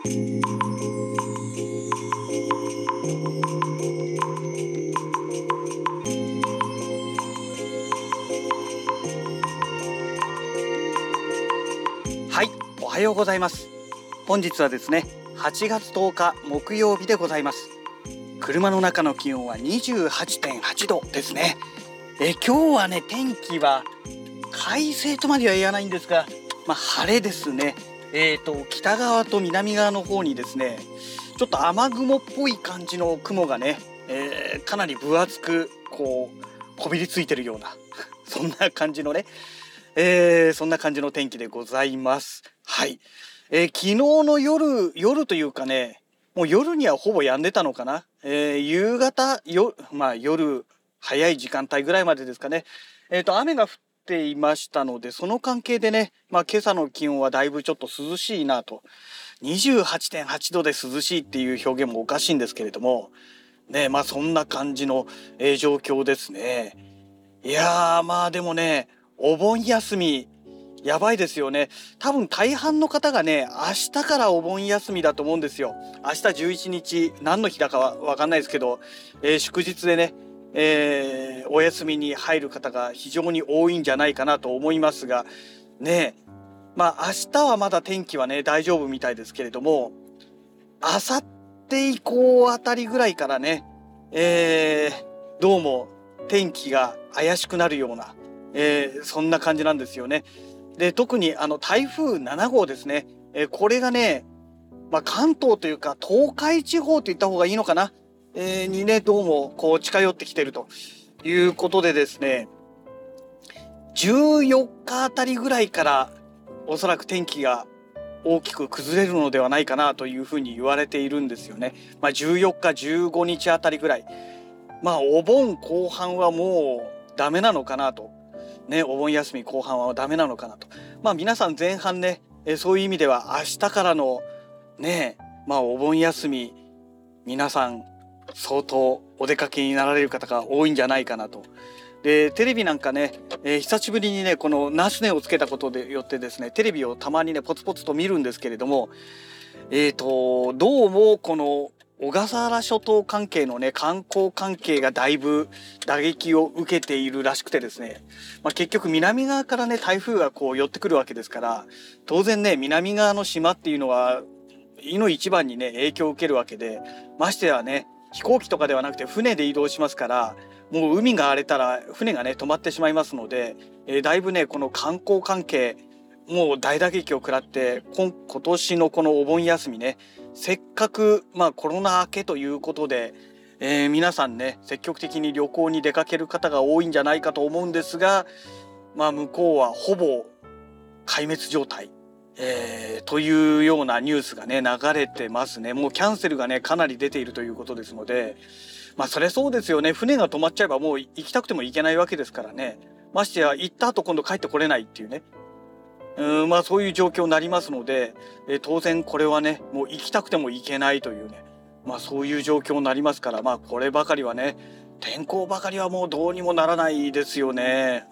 はい、おはようございます。本日はですね、8月10日木曜日でございます。車の中の気温は 28.8 度ですね。今日はね、天気は快晴とまでは言わないんですが、晴れですね。北側と南側の方にですね、ちょっと雨雲っぽい感じの雲がね、かなり分厚くこびりついてるようなそんな感じのね、そんな感じの天気でございます。はい。昨日の夜というかね、もう夜にはほぼ止んでたのかな。夕方夜早い時間帯ぐらいまでですかね。雨が降っていましたので、その関係でね、今朝の気温はだいぶちょっと涼しいなと。28.8 度で涼しいっていう表現もおかしいんですけれども、ね、そんな感じの、状況ですね。いやー、でもね、お盆休みやばいですよね。多分大半の方がね、明日からお盆休みだと思うんですよ。明日11日、何の日だかはわかんないですけど、祝日でね、お休みに入る方が非常に多いんじゃないかなと思いますが、ね、明日はまだ天気はね、大丈夫みたいですけれども、明後日以降あたりぐらいからね、どうも天気が怪しくなるような、そんな感じなんですよね。で、特に台風7号ですね。これがね、関東というか東海地方と言った方がいいのかな、にね、どうもこう近寄ってきてるということでですね、14日あたりぐらいからおそらく天気が大きく崩れるのではないかなというふうに言われているんですよね。14日、15日あたりぐらい。お盆後半はもうダメなのかなと。ね、お盆休み後半はダメなのかなと。皆さん前半ね、そういう意味では明日からのね、お盆休み、皆さん相当お出かけになられる方が多いんじゃないかなと。で、テレビなんかね、久しぶりにね、このナスネをつけたことでよってですね、テレビをたまにね、ポツポツと見るんですけれども、どうもこの小笠原諸島関係のね、観光関係がだいぶ打撃を受けているらしくてですね、結局南側からね、台風がこう寄ってくるわけですから、当然ね、南側の島っていうのは、いの一番にね、影響を受けるわけで、ましてやね、飛行機とかではなくて船で移動しますから、もう海が荒れたら船がね、止まってしまいますので、だいぶね、この観光関係、もう大打撃を食らって、今年のこのお盆休みね、せっかくコロナ明けということで、皆さんね、積極的に旅行に出かける方が多いんじゃないかと思うんですが、向こうはほぼ壊滅状態、というようなニュースがね、流れてますね。もうキャンセルがね、かなり出ているということですので、それそうですよね。船が止まっちゃえばもう行きたくても行けないわけですからね。ましてや行った後今度帰ってこれないっていうね。そういう状況になりますので、当然これはね、もう行きたくても行けないというね、そういう状況になりますから、こればかりはね、天候ばかりはもうどうにもならないですよね。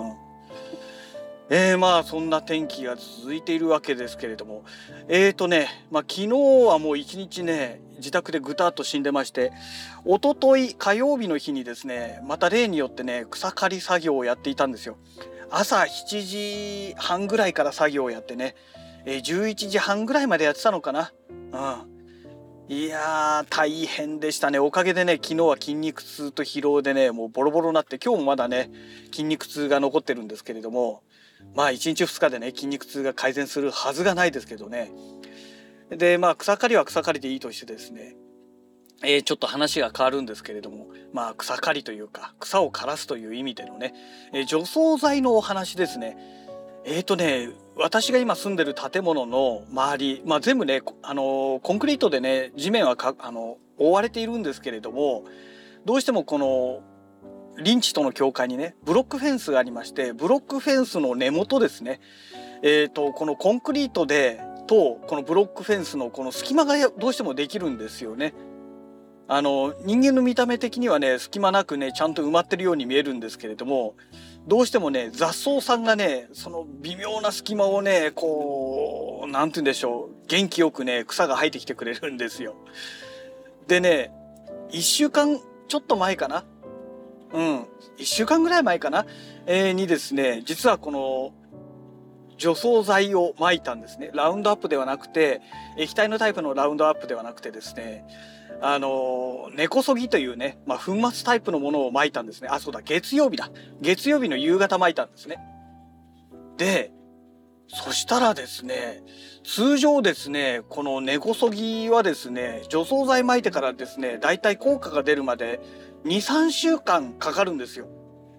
そんな天気が続いているわけですけれども、昨日はもう一日ね、自宅でぐたっと死んでまして、一昨日火曜日の日にですね、また例によってね、草刈り作業をやっていたんですよ。朝7時半ぐらいから作業をやってね、11時半ぐらいまでやってたのかな。いやー、大変でしたね。おかげでね、昨日は筋肉痛と疲労でね、もうボロボロになって、今日もまだね、筋肉痛が残ってるんですけれども、1日2日でね、筋肉痛が改善するはずがないですけどね。で、草刈りは草刈りでいいとしてですね、ちょっと話が変わるんですけれども、草刈りというか草を刈らすという意味でのね、除草剤のお話ですね。私が今住んでる建物の周り、全部ね、コンクリートでね、地面は覆われているんですけれども、どうしてもこの林地との境界にね、ブロックフェンスがありまして、ブロックフェンスの根元ですね、このコンクリートでとこのブロックフェンスのこの隙間がどうしてもできるんですよね。人間の見た目的にはね、隙間なくね、ちゃんと埋まってるように見えるんですけれども、どうしてもね、雑草さんがね、その微妙な隙間をね、こう、なんて言うんでしょう、 元気よくね草が生えてきてくれるんですよ。でね、1週間ちょっと前かな、1週間ぐらい前かな、にですね、実はこの除草剤を撒いたんですね。ラウンドアップではなくて、液体のタイプのラウンドアップではなくてですね、根こそぎというね、粉末タイプのものを撒いたんですね。あ、そうだ、月曜日だ。月曜日の夕方撒いたんですね。で、そしたらですね、通常ですね、この根こそぎはですね、除草剤撒いてからですね、だいたい効果が出るまで2、3週間かかるんですよ。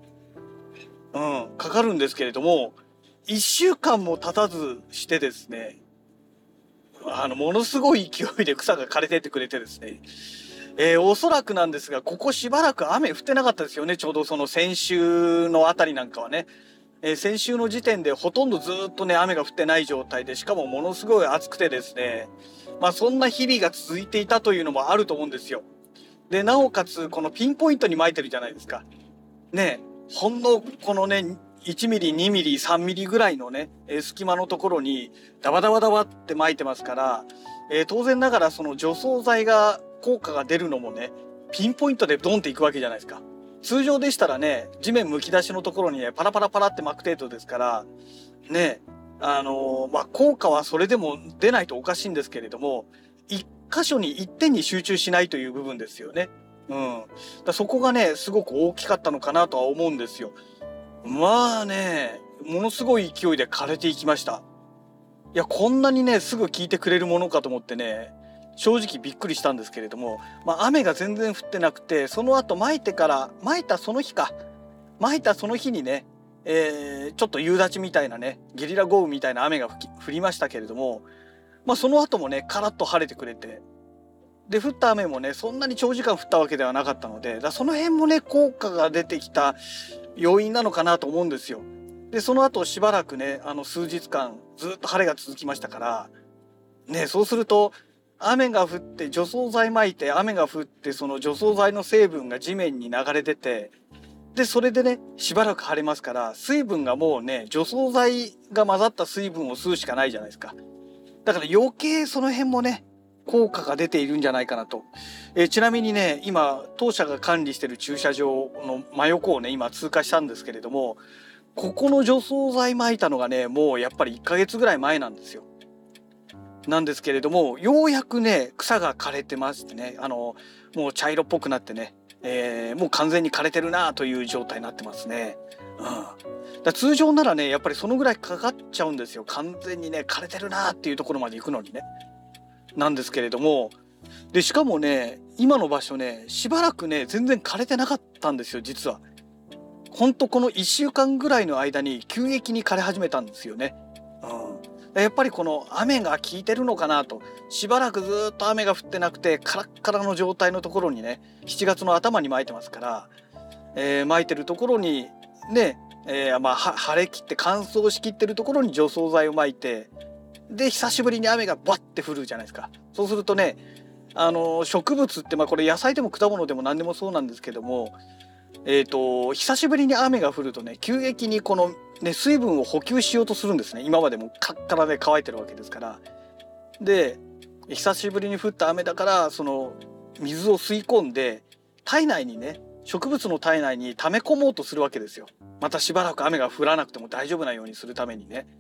かかるんですけれども、1週間も経たずしてですね、ものすごい勢いで草が枯れてってくれてですね、おそらくなんですが、ここしばらく雨降ってなかったですよね。ちょうどその先週のあたりなんかはね。先週の時点でほとんどずっとね、雨が降ってない状態で、しかもものすごい暑くてですね、そんな日々が続いていたというのもあると思うんですよ。で、なおかつ、このピンポイントに撒いてるじゃないですか。ね、ほんのこのね、1ミリ、2ミリ、3ミリぐらいのね、隙間のところにダバダバダバって撒いてますから、当然ながらその除草剤が効果が出るのもね、ピンポイントでドンっていくわけじゃないですか。通常でしたらね、地面むき出しのところにね、パラパラパラって巻く程度ですから、ね、効果はそれでも出ないとおかしいんですけれども、一箇所に一点に集中しないという部分ですよね。そこがね、すごく大きかったのかなとは思うんですよ。まあね、ものすごい勢いで枯れていきました。いや、こんなにね、すぐ効いてくれるものかと思ってね、正直びっくりしたんですけれども、雨が全然降ってなくて、その後撒いたその日か、撒いたその日にね、ちょっと夕立みたいなね、ゲリラ豪雨みたいな雨が降りましたけれども、その後もね、カラッと晴れてくれて、で、降った雨もね、そんなに長時間降ったわけではなかったので、その辺もね、効果が出てきた要因なのかなと思うんですよ。で、その後しばらくね、数日間ずっと晴れが続きましたから、ね、そうすると、雨が降って除草剤撒いて雨が降ってその除草剤の成分が地面に流れ出て、でそれでねしばらく晴れますから、水分がもうね除草剤が混ざった水分を吸うしかないじゃないですか。だから余計その辺もね効果が出ているんじゃないかなと。ちなみにね今当社が管理している駐車場の真横をね今通過したんですけれども、ここの除草剤撒いたのがねもうやっぱり1ヶ月ぐらい前なんですよ。なんですけれども、ようやくね草が枯れてましてね、もう茶色っぽくなってね、もう完全に枯れてるなという状態になってますね。通常ならねやっぱりそのぐらいかかっちゃうんですよ。完全にね枯れてるなっていうところまで行くのにね。なんですけれども、でしかもね今の場所ねしばらくね全然枯れてなかったんですよ実は。ほんとこの1週間ぐらいの間に急激に枯れ始めたんですよね。やっぱりこの雨が効いてるのかなと。しばらくずっと雨が降ってなくてカラッカラの状態のところにね7月の頭に撒いてますから、撒いてるところにね、晴れ切って乾燥しきってるところに除草剤を撒いて、で久しぶりに雨がバッて降るじゃないですか。そうするとね植物ってこれ野菜でも果物でも何でもそうなんですけども、久しぶりに雨が降るとね急激にこのね水分を補給しようとするんですね。今までもカッカラで乾いてるわけですから。で久しぶりに降った雨だからその水を吸い込んで体内にね植物の体内に溜め込もうとするわけですよ。またしばらく雨が降らなくても大丈夫なようにするためにね。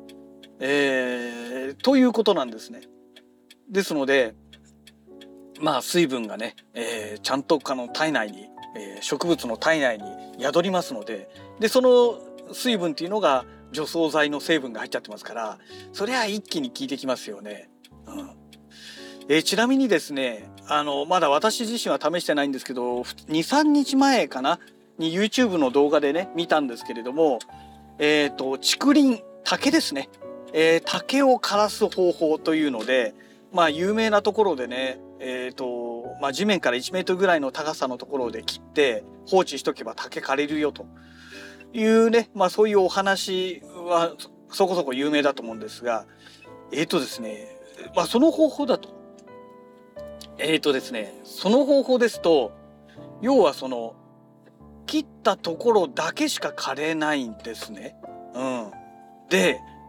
ということなんですね。ですので水分がね、ちゃんと体内に植物の体内に宿りますので、その水分っていうのが除草剤の成分が入っちゃってますから、それは一気に効いてきますよね。ちなみにですねまだ私自身は試してないんですけど、2、3日前かなに YouTube の動画でね見たんですけれども、竹林、竹ですね、竹を枯らす方法というので有名なところでね地面から1メートルぐらいの高さのところで切って放置しとけば竹枯れるよというね、そういうお話はそこそこ有名だと思うんですが、ですね、その方法だとですね、その方法ですと要はその切ったところだけしか枯れないんですね。で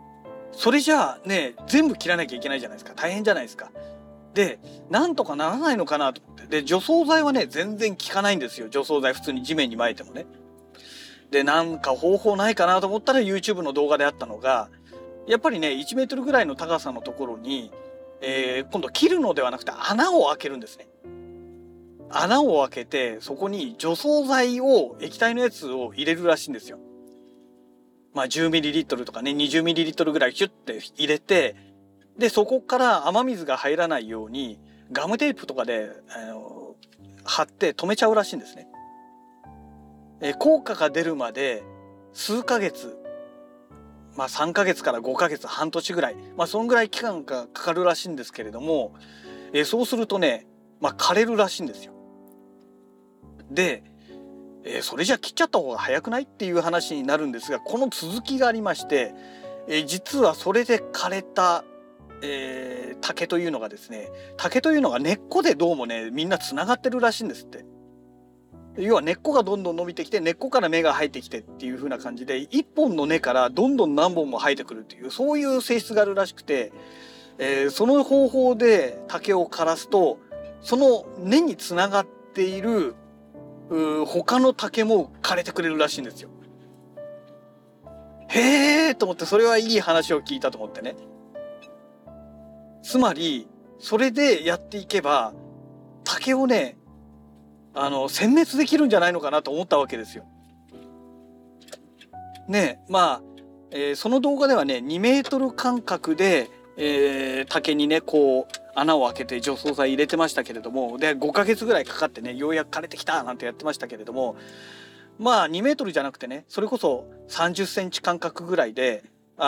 それじゃあね全部切らなきゃいけないじゃないですか。大変じゃないですか。でなんとかならないのかなと思って、で除草剤はね全然効かないんですよ。除草剤普通に地面に撒いてもね。でなんか方法ないかなと思ったら YouTube の動画であったのが、やっぱりね1メートルぐらいの高さのところに、今度切るのではなくて穴を開けるんですね。穴を開けてそこに除草剤を液体のやつを入れるらしいんですよ。まあ 10ml とかね 20ml ぐらいキュッて入れて、でそこから雨水が入らないようにガムテープとかで、貼って止めちゃうらしいんですね。効果が出るまで数ヶ月、まあ3ヶ月から5ヶ月、半年ぐらい、まあそんぐらい期間がかかるらしいんですけれども、そうするとね、まあ枯れるらしいんですよ。で、それじゃ切っちゃった方が早くないっていう話になるんですが、この続きがありまして、実はそれで枯れた、竹というのがですね、竹というのが根っこでどうもねみんなつながってるらしいんですって。要は根っこがどんどん伸びてきて根っこから芽が生えてきてっていう風な感じで一本の根からどんどん何本も生えてくるっていうそういう性質があるらしくて、その方法で竹を枯らすとその根につながっている他の竹も枯れてくれるらしいんですよ。へーと思って、それはいい話を聞いたと思ってね。つまりそれでやっていけば竹をね殲滅できるんじゃないのかなと思ったわけですよ。ねまあ、その動画ではね2メートル間隔で、竹にねこう穴を開けて除草剤入れてましたけれども、で5ヶ月ぐらいかかってねようやく枯れてきたなんてやってましたけれども、まあ2メートルじゃなくてねそれこそ30センチ間隔ぐらいで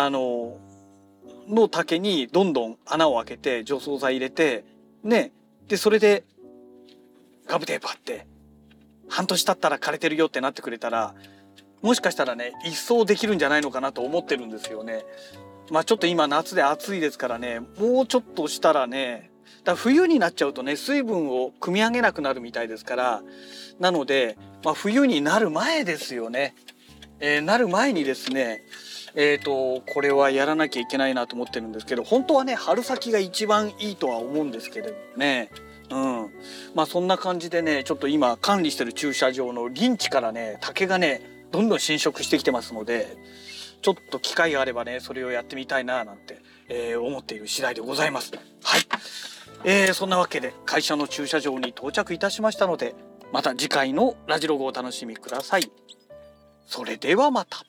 の竹にどんどん穴を開けて除草剤入れてね、でそれでガムテープ貼って半年経ったら枯れてるよってなってくれたら、もしかしたらね一掃できるんじゃないのかなと思ってるんですよね。まあちょっと今夏で暑いですからね、もうちょっとしたらね、だから冬になっちゃうとね水分を汲み上げなくなるみたいですから、なので、まあ、冬になる前ですよね、なる前にですねこれはやらなきゃいけないなと思ってるんですけど、本当はね春先が一番いいとは思うんですけれどね。まあそんな感じでねちょっと今管理してる駐車場の林地からね竹がねどんどん侵食してきてますので、ちょっと機会があればねそれをやってみたいななんて、思っている次第でございます。はい、そんなわけで会社の駐車場に到着いたしましたので、また次回のラジログをお楽しみください。それではまた。